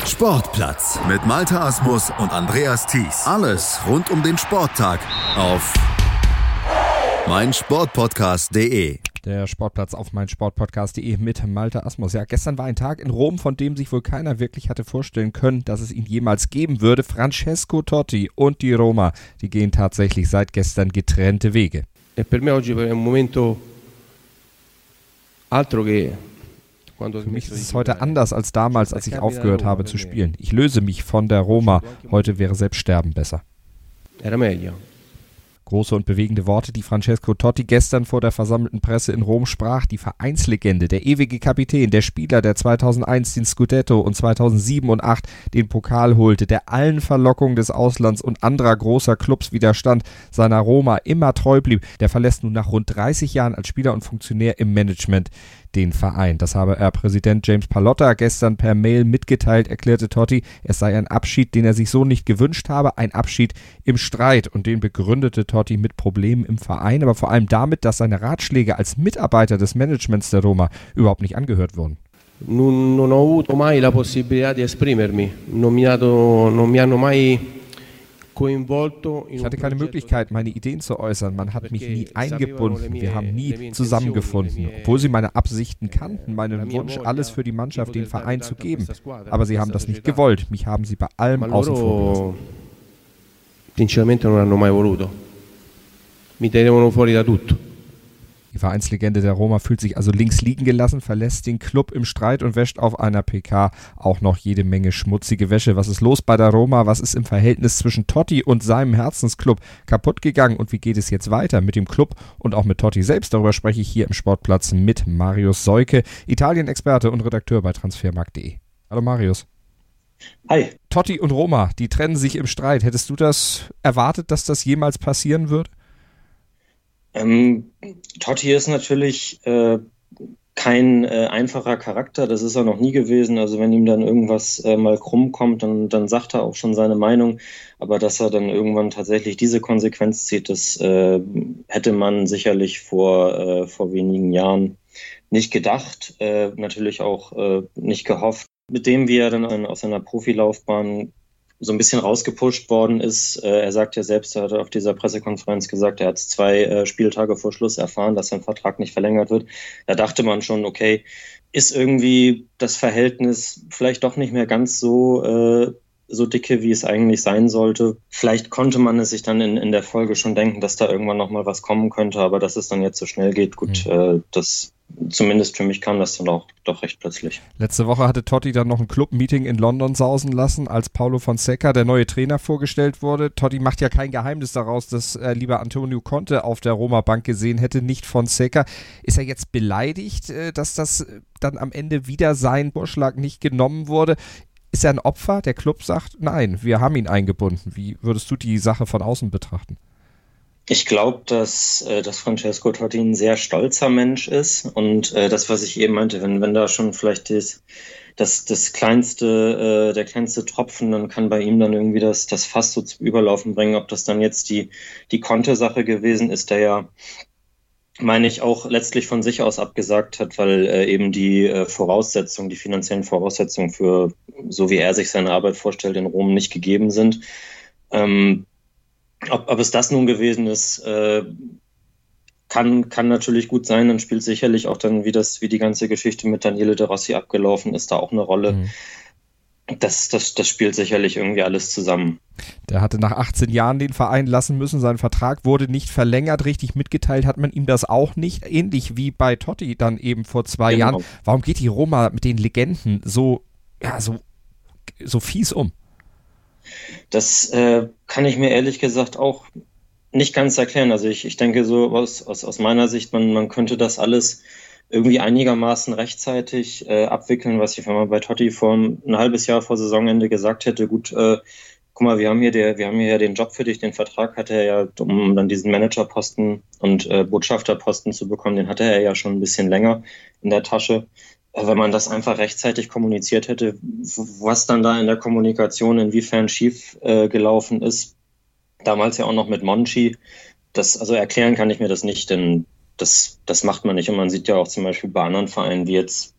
Sportplatz mit Malte Asmus und Andreas Thies. Alles rund um den Sporttag auf meinsportpodcast.de. Der Sportplatz auf meinsportpodcast.de mit Malte Asmus. Ja, gestern war ein Tag in Rom, von dem sich wohl keiner wirklich hatte vorstellen können, dass es ihn jemals geben würde. Francesco Totti und die Roma, die gehen tatsächlich seit gestern getrennte Wege. Per me oggi è un momento altro che Für mich ist es heute anders als damals, als ich aufgehört habe zu spielen. Ich löse mich von der Roma. Heute wäre selbst Sterben besser. Era meglio. Große und bewegende Worte, die Francesco Totti gestern vor der versammelten Presse in Rom sprach. Die Vereinslegende, der ewige Kapitän, der Spieler, der 2001 den Scudetto und 2007 und 2008 den Pokal holte, der allen Verlockungen des Auslands und anderer großer Clubs widerstand, seiner Roma immer treu blieb, der verlässt nun nach rund 30 Jahren als Spieler und Funktionär im Management den Verein. Das habe Präsident James Pallotta gestern per Mail mitgeteilt, erklärte Totti, es sei ein Abschied, den er sich so nicht gewünscht habe, ein Abschied im Streit, und den begründete Totti mit Problemen im Verein, aber vor allem damit, dass seine Ratschläge als Mitarbeiter des Managements der Roma überhaupt nicht angehört wurden. Non ho avuto mai la possibilità di esprimermi, non mi hanno mai coinvolto. Ich hatte keine Möglichkeit, meine Ideen zu äußern. Man hat mich nie eingebunden. Wir haben nie zusammengefunden. Obwohl sie meine Absichten kannten, meinen Wunsch, alles für die Mannschaft, den Verein zu geben. Aber sie haben das nicht gewollt. Mich haben sie bei allem außen vor gelassen. Sinceramente non hanno mai voluto. Mi tenevano fuori da tutto. Die Vereinslegende der Roma fühlt sich also links liegen gelassen, verlässt den Club im Streit und wäscht auf einer PK auch noch jede Menge schmutzige Wäsche. Was ist los bei der Roma? Was ist im Verhältnis zwischen Totti und seinem Herzensclub kaputt gegangen? Und wie geht es jetzt weiter mit dem Club und auch mit Totti selbst? Darüber spreche ich hier im Sportplatz mit Marius Seuke, Italien-Experte und Redakteur bei transfermarkt.de. Hallo Marius. Hi. Totti und Roma, die trennen sich im Streit. Hättest du das erwartet, dass das jemals passieren würde? Totti ist natürlich kein einfacher Charakter, das ist er noch nie gewesen. Also wenn ihm dann irgendwas mal krumm kommt, dann sagt er auch schon seine Meinung. Aber dass er dann irgendwann tatsächlich diese Konsequenz zieht, das hätte man sicherlich vor wenigen Jahren nicht gedacht, natürlich auch nicht gehofft. Mit dem, wie er dann aus seiner Profilaufbahn so ein bisschen rausgepusht worden ist. Er sagt ja selbst, er hat auf dieser Pressekonferenz gesagt, er hat 2 Spieltage vor Schluss erfahren, dass sein Vertrag nicht verlängert wird. Da dachte man schon, okay, ist irgendwie das Verhältnis vielleicht doch nicht mehr ganz so dicke, wie es eigentlich sein sollte. Vielleicht konnte man es sich dann in der Folge schon denken, dass da irgendwann nochmal was kommen könnte, aber dass es dann jetzt so schnell geht, gut, das zumindest für mich kam das dann auch doch recht plötzlich. Letzte Woche hatte Totti dann noch ein Club-Meeting in London sausen lassen, als Paulo Fonseca, der neue Trainer, vorgestellt wurde. Totti macht ja kein Geheimnis daraus, dass er lieber Antonio Conte auf der Roma-Bank gesehen hätte, nicht Fonseca. Ist er jetzt beleidigt, dass das dann am Ende wieder sein Vorschlag nicht genommen wurde? Ist er ein Opfer? Der Club sagt, nein, wir haben ihn eingebunden. Wie würdest du die Sache von außen betrachten? Ich glaube, dass Francesco Totti ein sehr stolzer Mensch ist und das, was ich eben meinte, wenn da schon vielleicht der kleinste Tropfen, dann kann bei ihm dann irgendwie das Fass so zum Überlaufen bringen. Ob das dann jetzt die Conte-Sache gewesen ist, der ja, meine ich, auch letztlich von sich aus abgesagt hat, weil eben die finanziellen Voraussetzungen für, so wie er sich seine Arbeit vorstellt, in Rom nicht gegeben sind. Ob es das nun gewesen ist, kann natürlich gut sein. Dann spielt sicherlich auch dann, wie die ganze Geschichte mit Daniele De Rossi abgelaufen ist, da auch eine Rolle. Mhm. Das spielt sicherlich irgendwie alles zusammen. Der hatte nach 18 Jahren den Verein lassen müssen. Sein Vertrag wurde nicht verlängert. Richtig mitgeteilt hat man ihm das auch nicht. Ähnlich wie bei Totti dann eben vor 2 Jahren. Warum geht die Roma mit den Legenden so fies um? Das kann ich mir ehrlich gesagt auch nicht ganz erklären. Also ich denke so aus meiner Sicht, man könnte das alles irgendwie einigermaßen rechtzeitig abwickeln, was ich, wenn man bei Totti ein halbes Jahr vor Saisonende gesagt hätte, gut, guck mal, wir haben hier ja den Job für dich, den Vertrag hatte er ja, um dann diesen Managerposten und Botschafterposten zu bekommen, den hatte er ja schon ein bisschen länger in der Tasche. Wenn man das einfach rechtzeitig kommuniziert hätte, was dann da in der Kommunikation inwiefern schief gelaufen ist, damals ja auch noch mit Monchi, also erklären kann ich mir das nicht, denn das macht man nicht. Und man sieht ja auch zum Beispiel bei anderen Vereinen, wie jetzt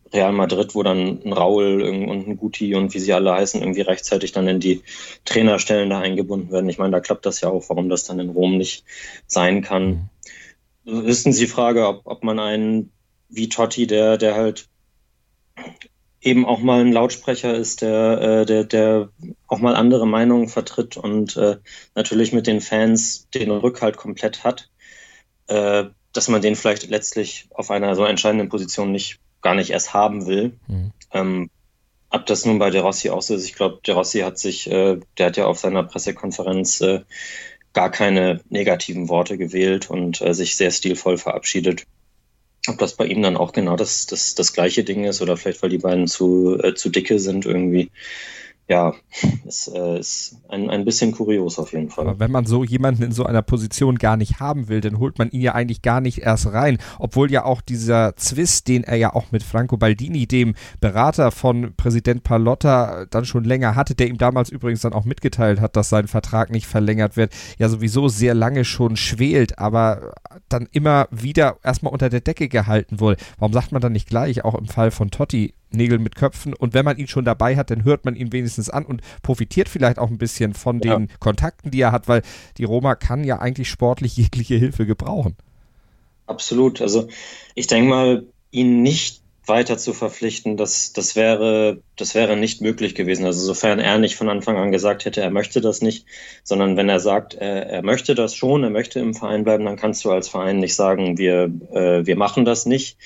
Real Madrid, wo dann ein Raul und ein Guti und wie sie alle heißen, irgendwie rechtzeitig dann in die Trainerstellen da eingebunden werden. Ich meine, da klappt das ja auch, warum das dann in Rom nicht sein kann. Wissen Sie die Frage, ob man einen wie Totti, der halt eben auch mal ein Lautsprecher ist, der auch mal andere Meinungen vertritt und natürlich mit den Fans den Rückhalt komplett hat, dass man den vielleicht letztlich auf einer so entscheidenden Position gar nicht erst haben will. Ob das nun bei De Rossi auch so ist, ich glaube, De Rossi der hat ja auf seiner Pressekonferenz gar keine negativen Worte gewählt und sich sehr stilvoll verabschiedet. Ob das bei ihm dann auch genau das gleiche Ding ist oder vielleicht, weil die beiden zu dicke sind irgendwie. Ja, es ist ein bisschen kurios auf jeden Fall. Aber wenn man so jemanden in so einer Position gar nicht haben will, dann holt man ihn ja eigentlich gar nicht erst rein. Obwohl ja auch dieser Zwist, den er ja auch mit Franco Baldini, dem Berater von Präsident Pallotta, dann schon länger hatte, der ihm damals übrigens dann auch mitgeteilt hat, dass sein Vertrag nicht verlängert wird, ja sowieso sehr lange schon schwelt, aber dann immer wieder erstmal unter der Decke gehalten wurde. Warum sagt man dann nicht gleich, auch im Fall von Totti, Nägel mit Köpfen, und wenn man ihn schon dabei hat, dann hört man ihn wenigstens an und profitiert vielleicht auch ein bisschen von den Kontakten, die er hat, weil die Roma kann ja eigentlich sportlich jegliche Hilfe gebrauchen. Absolut, also ich denke mal, ihn nicht weiter zu verpflichten, das wäre nicht möglich gewesen. Also sofern er nicht von Anfang an gesagt hätte, er möchte das nicht, sondern wenn er sagt, er möchte das schon, er möchte im Verein bleiben, dann kannst du als Verein nicht sagen, wir machen das nicht.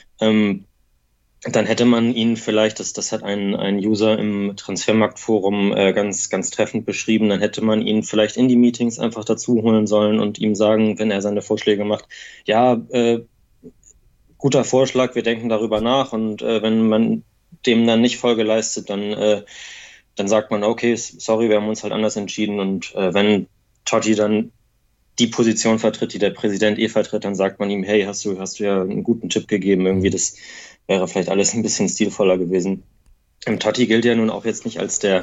Dann hätte man ihn vielleicht, das hat ein User im Transfermarktforum ganz, ganz treffend beschrieben, dann hätte man ihn vielleicht in die Meetings einfach dazu holen sollen und ihm sagen, wenn er seine Vorschläge macht, ja, guter Vorschlag, wir denken darüber nach, und wenn man dem dann nicht Folge leistet, dann sagt man, okay, sorry, wir haben uns halt anders entschieden, und wenn Totti dann die Position vertritt, die der Präsident vertritt, dann sagt man ihm, hey, hast du ja einen guten Tipp gegeben, irgendwie, das wäre vielleicht alles ein bisschen stilvoller gewesen. Totti gilt ja nun auch jetzt nicht als der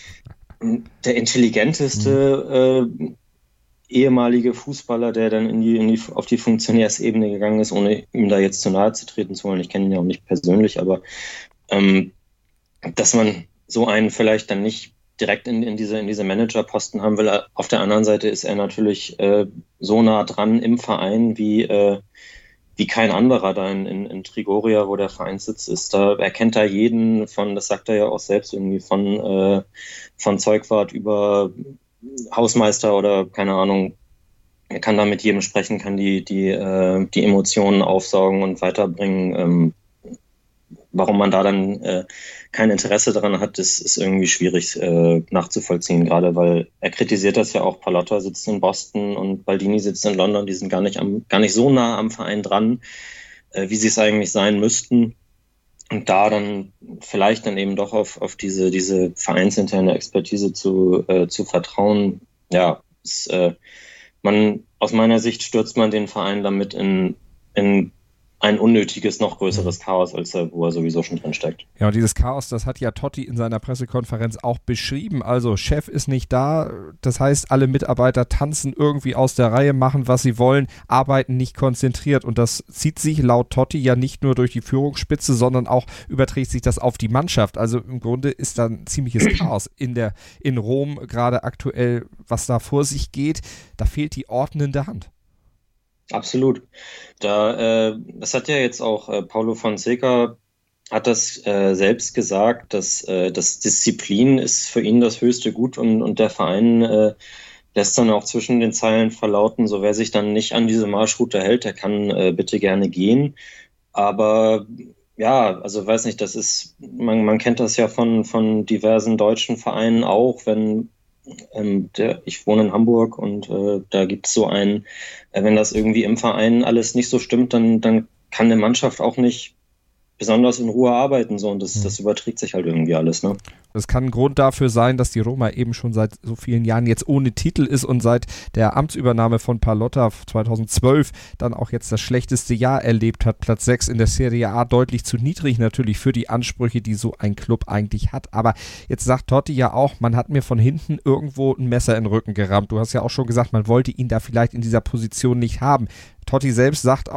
intelligenteste ehemalige Fußballer, der dann auf die Funktionärsebene gegangen ist, ohne ihm da jetzt zu nahe zu treten zu wollen. Ich kenne ihn ja auch nicht persönlich, aber dass man so einen vielleicht dann nicht direkt in diese Managerposten haben will. Auf der anderen Seite ist er natürlich so nah dran im Verein wie kein anderer da in Trigoria, wo der Vereinssitz ist. Da erkennt er jeden das sagt er ja auch selbst irgendwie, von Zeugwart über Hausmeister oder keine Ahnung. Er kann da mit jedem sprechen, kann die Emotionen aufsaugen und weiterbringen. Warum man da dann kein Interesse daran hat, ist irgendwie schwierig nachzuvollziehen, gerade weil er kritisiert das ja auch. Pallotta sitzt in Boston und Baldini sitzt in London, die sind gar nicht so nah am Verein dran, wie sie es eigentlich sein müssten. Und da dann vielleicht dann eben doch auf diese vereinsinterne Expertise zu vertrauen, ja, aus meiner Sicht stürzt man den Verein damit in ein unnötiges, noch größeres Chaos, wo er sowieso schon drin steckt. Ja, und dieses Chaos, das hat ja Totti in seiner Pressekonferenz auch beschrieben. Also Chef ist nicht da, das heißt, alle Mitarbeiter tanzen irgendwie aus der Reihe, machen, was sie wollen, arbeiten nicht konzentriert, und das zieht sich laut Totti ja nicht nur durch die Führungsspitze, sondern auch überträgt sich das auf die Mannschaft. Also im Grunde ist da ein ziemliches Chaos in Rom gerade aktuell, was da vor sich geht. Da fehlt die ordnende Hand. Absolut. Das hat ja jetzt auch Paulo Fonseca hat das selbst gesagt, dass Disziplin ist für ihn das höchste Gut, und der Verein lässt dann auch zwischen den Zeilen verlauten, so wer sich dann nicht an diese Marschroute hält, der kann bitte gerne gehen. Aber ja, also weiß nicht, das ist, man kennt das ja von diversen deutschen Vereinen auch, wenn ich wohne in Hamburg, und da gibt es so einen, wenn das irgendwie im Verein alles nicht so stimmt, dann kann eine Mannschaft auch nicht besonders in Ruhe arbeiten, so, und das überträgt sich halt irgendwie alles, ne? Das kann ein Grund dafür sein, dass die Roma eben schon seit so vielen Jahren jetzt ohne Titel ist und seit der Amtsübernahme von Pallotta 2012 dann auch jetzt das schlechteste Jahr erlebt hat. Platz 6 in der Serie A, deutlich zu niedrig natürlich für die Ansprüche, die so ein Club eigentlich hat. Aber jetzt sagt Totti ja auch, man hat mir von hinten irgendwo ein Messer in den Rücken gerammt. Du hast ja auch schon gesagt, man wollte ihn da vielleicht in dieser Position nicht haben. Totti selbst sagt auch,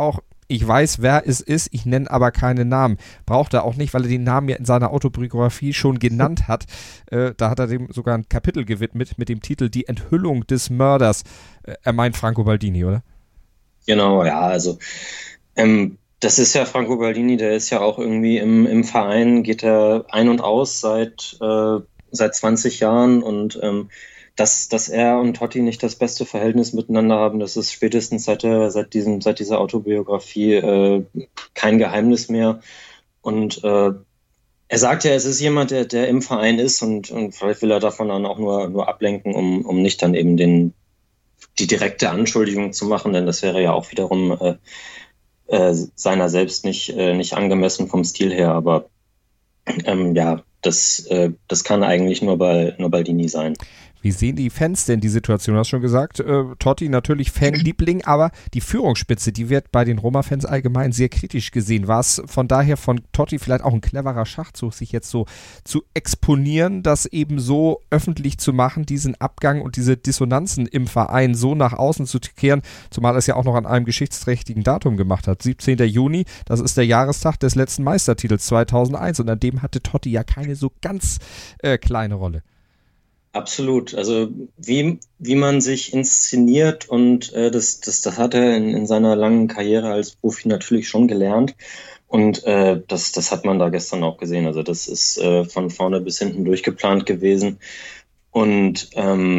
ich weiß, wer es ist, ich nenne aber keinen Namen. Braucht er auch nicht, weil er den Namen ja in seiner Autobiografie schon genannt hat. Da hat er dem sogar ein Kapitel gewidmet mit dem Titel Die Enthüllung des Mörders. Er meint Franco Baldini, oder? Genau, ja, also das ist ja Franco Baldini, der ist ja auch irgendwie im Verein, geht er ein und aus seit 20 Jahren und dass er und Totti nicht das beste Verhältnis miteinander haben, das ist spätestens seit dieser Autobiografie kein Geheimnis mehr. Und er sagt ja, es ist jemand, der im Verein ist und vielleicht will er davon dann auch nur ablenken, um nicht dann eben die direkte Anschuldigung zu machen, denn das wäre ja auch wiederum seiner selbst nicht angemessen vom Stil her. Aber ja, das kann eigentlich nur Baldini sein. Wie sehen die Fans denn die Situation? Du hast schon gesagt, Totti natürlich Fanliebling, aber die Führungsspitze, die wird bei den Roma-Fans allgemein sehr kritisch gesehen. War es von daher von Totti vielleicht auch ein cleverer Schachzug, sich jetzt so zu exponieren, das eben so öffentlich zu machen, diesen Abgang und diese Dissonanzen im Verein so nach außen zu kehren, zumal er es ja auch noch an einem geschichtsträchtigen Datum gemacht hat. 17. Juni, das ist der Jahrestag des letzten Meistertitels 2001 und an dem hatte Totti ja keine so ganz kleine Rolle. Absolut. Also wie man sich inszeniert und das hat er in seiner langen Karriere als Profi natürlich schon gelernt und das hat man da gestern auch gesehen. Also das ist von vorne bis hinten durchgeplant gewesen und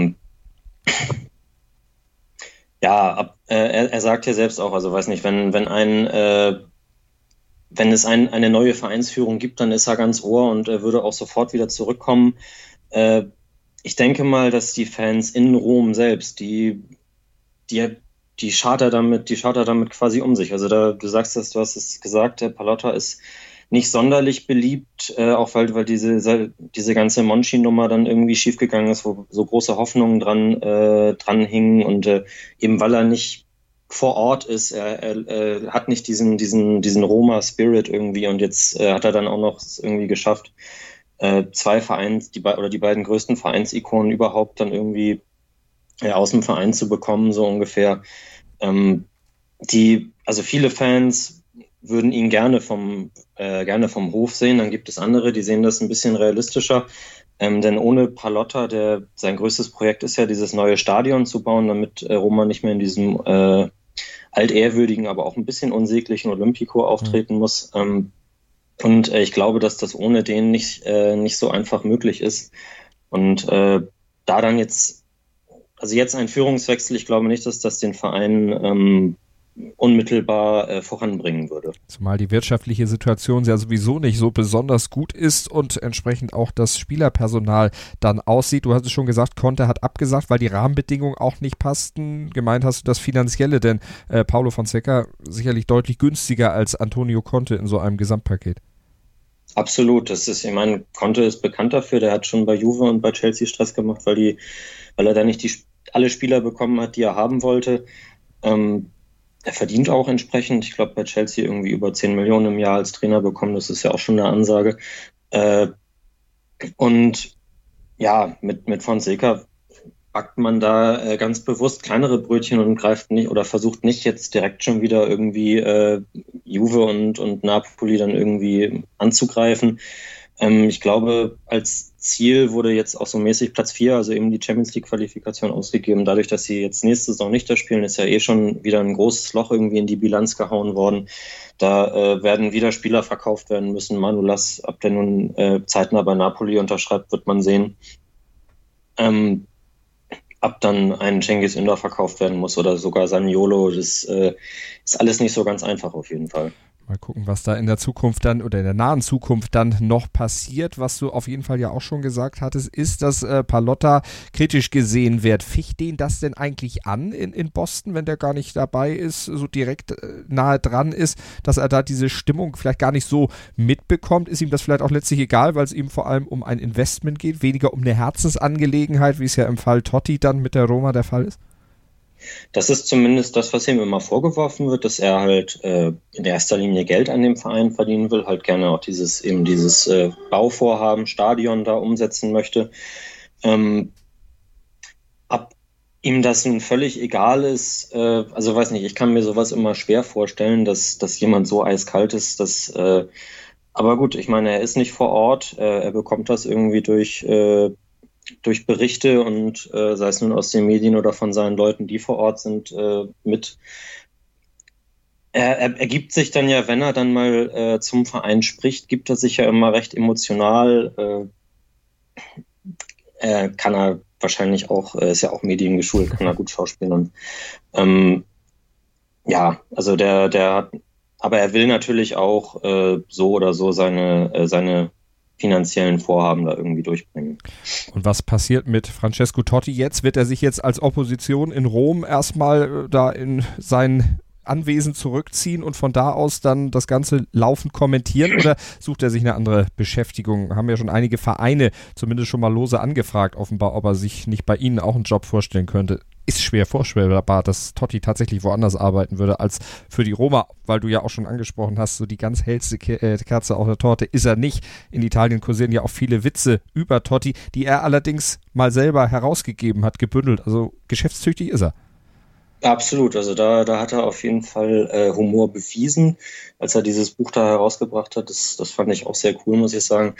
ja, er sagt ja selbst auch, also weiß nicht, wenn es eine neue Vereinsführung gibt, dann ist er ganz Ohr und er würde auch sofort wieder zurückkommen. Ich denke mal, dass die Fans in Rom selbst, die schart er damit quasi um sich. Also du hast es gesagt, der Pallotta ist nicht sonderlich beliebt, auch weil diese ganze Monchi-Nummer dann irgendwie schiefgegangen ist, wo so große Hoffnungen dran hingen und eben weil er nicht vor Ort ist, er hat nicht diesen Roma-Spirit irgendwie und jetzt hat er dann auch noch irgendwie geschafft, zwei die beiden größten Vereinsikonen überhaupt dann irgendwie aus dem Verein zu bekommen, so ungefähr. Also viele Fans würden ihn gerne vom Hof sehen, dann gibt es andere, die sehen das ein bisschen realistischer, denn ohne Pallotta, sein größtes Projekt ist ja, dieses neue Stadion zu bauen, damit Roma nicht mehr in diesem altehrwürdigen, aber auch ein bisschen unsäglichen Olympico auftreten muss. Und ich glaube, dass das ohne den nicht so einfach möglich ist. Und da dann jetzt ein Führungswechsel, ich glaube nicht, dass das den Verein unmittelbar voranbringen würde. Zumal die wirtschaftliche Situation ja sowieso nicht so besonders gut ist und entsprechend auch das Spielerpersonal dann aussieht. Du hast es schon gesagt, Conte hat abgesagt, weil die Rahmenbedingungen auch nicht passten. Gemeint hast du das Finanzielle, denn Paulo Fonseca sicherlich deutlich günstiger als Antonio Conte in so einem Gesamtpaket. Absolut, ich meine, Conte ist bekannt dafür, der hat schon bei Juve und bei Chelsea Stress gemacht, weil er da nicht alle Spieler bekommen hat, die er haben wollte. Er verdient auch entsprechend, ich glaube bei Chelsea irgendwie über 10 Millionen im Jahr als Trainer bekommen, das ist ja auch schon eine Ansage. Und ja, mit Fonseca backt man da ganz bewusst kleinere Brötchen und greift nicht oder versucht nicht jetzt direkt schon wieder irgendwie Juve und Napoli dann irgendwie anzugreifen. Ich glaube, als Ziel wurde jetzt auch so mäßig Platz 4, also eben die Champions-League-Qualifikation ausgegeben. Dadurch, dass sie jetzt nächste Saison nicht da spielen, ist ja schon wieder ein großes Loch irgendwie in die Bilanz gehauen worden. Da werden wieder Spieler verkauft werden müssen. Manolas, ob der nun zeitnah bei Napoli unterschreibt, wird man sehen. Ob dann ein Cengiz Ünder verkauft werden muss oder sogar Zaniolo, das ist alles nicht so ganz einfach auf jeden Fall. Mal gucken, was da in der Zukunft dann oder in der nahen Zukunft dann noch passiert. Was du auf jeden Fall ja auch schon gesagt hattest, ist, dass Pallotta kritisch gesehen wird. Ficht den das denn eigentlich an in Boston, wenn der gar nicht dabei ist, so direkt nahe dran ist, dass er da diese Stimmung vielleicht gar nicht so mitbekommt? Ist ihm das vielleicht auch letztlich egal, weil es ihm vor allem um ein Investment geht, weniger um eine Herzensangelegenheit, wie es ja im Fall Totti dann mit der Roma der Fall ist? Das ist zumindest das, was ihm immer vorgeworfen wird, dass er halt in erster Linie Geld an dem Verein verdienen will, halt gerne auch dieses Bauvorhaben, Stadion da umsetzen möchte. ihm das nun völlig egal ist, also weiß nicht, ich kann mir sowas immer schwer vorstellen, dass jemand so eiskalt ist, aber gut, ich meine, er ist nicht vor Ort, er bekommt das irgendwie durch Berichte und sei es nun aus den Medien oder von seinen Leuten, die vor Ort sind, mit. Er gibt sich dann ja, wenn er dann mal zum Verein spricht, gibt er sich ja immer recht emotional. Kann er wahrscheinlich auch, ist ja auch mediengeschult, kann er gut schauspielern. Ja, also der hat, aber er will natürlich auch so oder so seine finanziellen Vorhaben da irgendwie durchbringen. Und was passiert mit Francesco Totti jetzt? Wird er sich jetzt als Opposition in Rom erstmal da in sein Anwesen zurückziehen und von da aus dann das Ganze laufend kommentieren oder sucht er sich eine andere Beschäftigung? Haben ja schon einige Vereine zumindest schon mal lose angefragt, offenbar, ob er sich nicht bei ihnen auch einen Job vorstellen könnte. Ist schwer vorstellbar, dass Totti tatsächlich woanders arbeiten würde als für die Roma, weil du ja auch schon angesprochen hast, so die ganz hellste Kerze auf der Torte ist er nicht. In Italien kursieren ja auch viele Witze über Totti, die er allerdings mal selber herausgegeben hat, gebündelt. Also geschäftstüchtig ist er. Absolut, also da hat er auf jeden Fall Humor bewiesen, als er dieses Buch da herausgebracht hat. Das fand ich auch sehr cool, muss ich sagen.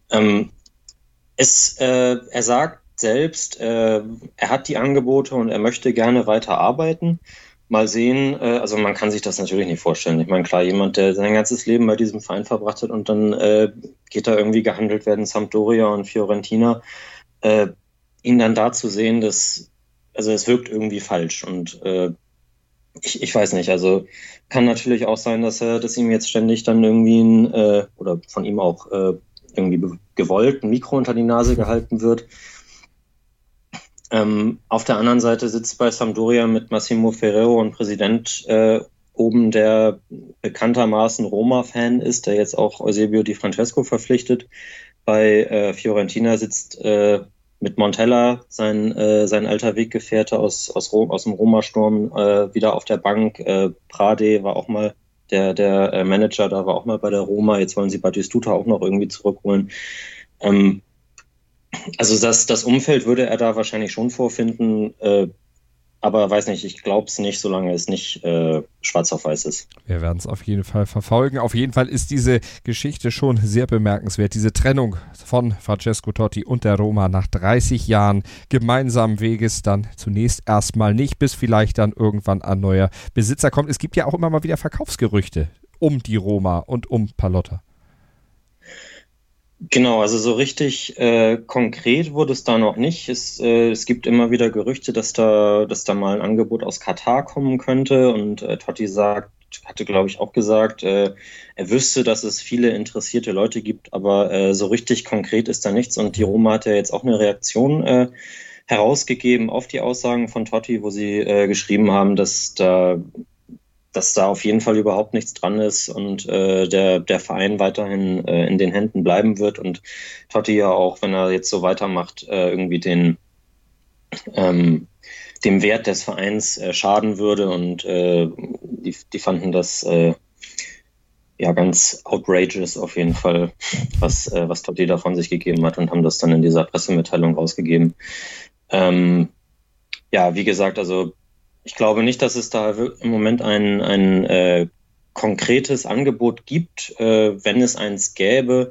Er sagt selbst, er hat die Angebote und er möchte gerne weiter arbeiten. Mal sehen, also man kann sich das natürlich nicht vorstellen. Ich meine, klar, jemand, der sein ganzes Leben bei diesem Verein verbracht hat und dann geht da irgendwie gehandelt werden, Sampdoria und Fiorentina, ihn dann da zu sehen, also es wirkt irgendwie falsch und ich weiß nicht, also kann natürlich auch sein, dass ihm jetzt ständig dann irgendwie oder von ihm auch irgendwie gewollt ein Mikro unter die Nase gehalten wird. Auf der anderen Seite sitzt bei Sampdoria mit Massimo Ferrero ein Präsident oben, der bekanntermaßen Roma-Fan ist, der jetzt auch Eusebio Di Francesco verpflichtet. Bei Fiorentina sitzt mit Montella, sein alter Weggefährte aus dem Roma-Sturm, wieder auf der Bank. Prade war auch mal der Manager, da war auch mal bei der Roma. Jetzt wollen sie Batistuta auch noch irgendwie zurückholen. Also das Umfeld würde er da wahrscheinlich schon vorfinden, aber weiß nicht, ich glaube es nicht, solange es nicht schwarz auf weiß ist. Wir werden es auf jeden Fall verfolgen. Auf jeden Fall ist diese Geschichte schon sehr bemerkenswert. Diese Trennung von Francesco Totti und der Roma nach 30 Jahren gemeinsamen Weges dann zunächst erstmal nicht, bis vielleicht dann irgendwann ein neuer Besitzer kommt. Es gibt ja auch immer mal wieder Verkaufsgerüchte um die Roma und um Pallotta. Genau, also so richtig konkret wurde es da noch nicht. Es gibt immer wieder Gerüchte, dass da mal ein Angebot aus Katar kommen könnte und Totti hatte glaube ich auch gesagt, er wüsste, dass es viele interessierte Leute gibt, aber so richtig konkret ist da nichts und die Roma hat ja jetzt auch eine Reaktion herausgegeben auf die Aussagen von Totti, wo sie geschrieben haben, dass da auf jeden Fall überhaupt nichts dran ist und der Verein weiterhin in den Händen bleiben wird und Totti ja auch, wenn er jetzt so weitermacht, irgendwie dem Wert des Vereins schaden würde und die fanden das ja ganz outrageous auf jeden Fall, was Totti da von sich gegeben hat und haben das dann in dieser Pressemitteilung rausgegeben. Ja, wie gesagt, also ich glaube nicht, dass es da im Moment ein konkretes Angebot gibt. Wenn es eins gäbe,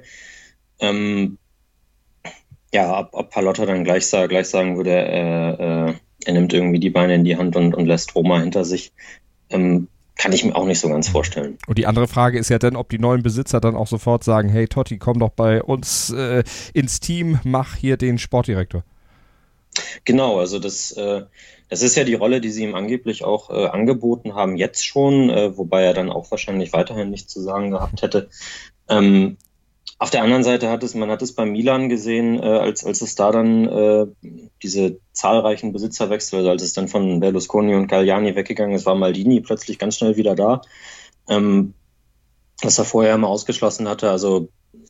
ja, ob Pallotta dann gleich sagen würde, er nimmt irgendwie die Beine in die Hand und lässt Roma hinter sich, kann ich mir auch nicht so ganz vorstellen. Und die andere Frage ist ja dann, ob die neuen Besitzer dann auch sofort sagen, hey Totti, komm doch bei uns ins Team, mach hier den Sportdirektor. Genau, also das ist ja die Rolle, die sie ihm angeblich auch angeboten haben, jetzt schon, wobei er dann auch wahrscheinlich weiterhin nichts zu sagen gehabt hätte. Auf der anderen Seite man hat es bei Milan gesehen, als es da dann diese zahlreichen Besitzerwechsel, also als es dann von Berlusconi und Galliani weggegangen ist, war Maldini plötzlich ganz schnell wieder da, was er vorher immer ausgeschlossen hatte. Also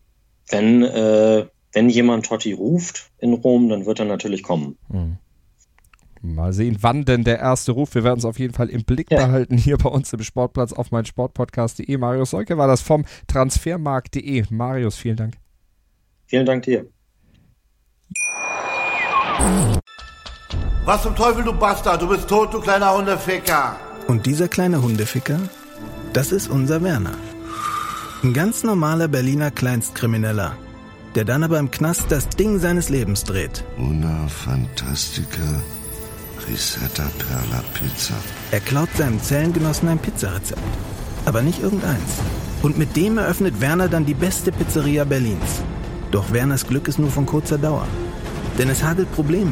wenn jemand Totti ruft in Rom, dann wird er natürlich kommen. Mal sehen, wann denn der erste Ruf. Wir werden es auf jeden Fall im Blick behalten hier bei uns im Sportplatz auf meinsportpodcast.de. Marius Solke war das vom Transfermarkt.de. Marius, vielen Dank. Vielen Dank dir. Was zum Teufel, du Bastard? Du bist tot, du kleiner Hundeficker. Und dieser kleine Hundeficker, das ist unser Werner. Ein ganz normaler Berliner Kleinstkrimineller, der dann aber im Knast das Ding seines Lebens dreht. Una Fantastica Risetta Perla Pizza. Er klaut seinem Zellengenossen ein Pizzarezept, aber nicht irgendeins. Und mit dem eröffnet Werner dann die beste Pizzeria Berlins. Doch Werners Glück ist nur von kurzer Dauer, denn es hagelt Probleme.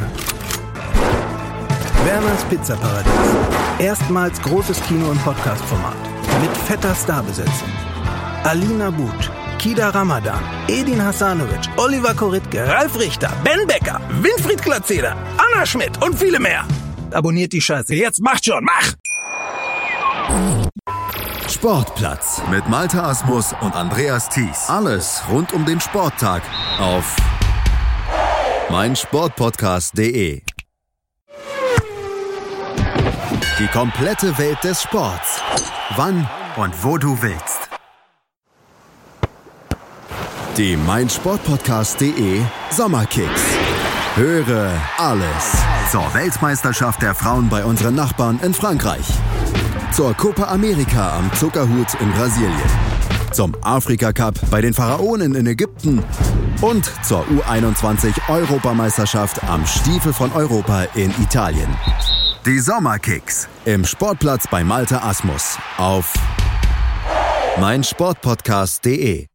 Werners Pizzaparadies. Erstmals großes Kino- und Podcast-Format. Mit fetter Starbesetzung. Alina But, Kida Ramadan, Edin Hasanovic, Oliver Koritke, Ralf Richter, Ben Becker, Winfried Glatzeder, Anna Schmidt und viele mehr. Abonniert die Scheiße. Jetzt macht schon, mach! Sportplatz mit Malte Asmus und Andreas Thies. Alles rund um den Sporttag auf meinsportpodcast.de. Die komplette Welt des Sports. Wann und wo du willst. Die meinsportpodcast.de Sommerkicks. Höre alles zur Weltmeisterschaft der Frauen bei unseren Nachbarn in Frankreich. Zur Copa America am Zuckerhut in Brasilien. Zum Afrika Cup bei den Pharaonen in Ägypten. Und zur U21-Europameisterschaft am Stiefel von Europa in Italien. Die Sommerkicks im Sportplatz bei Malte Asmus auf meinsportpodcast.de.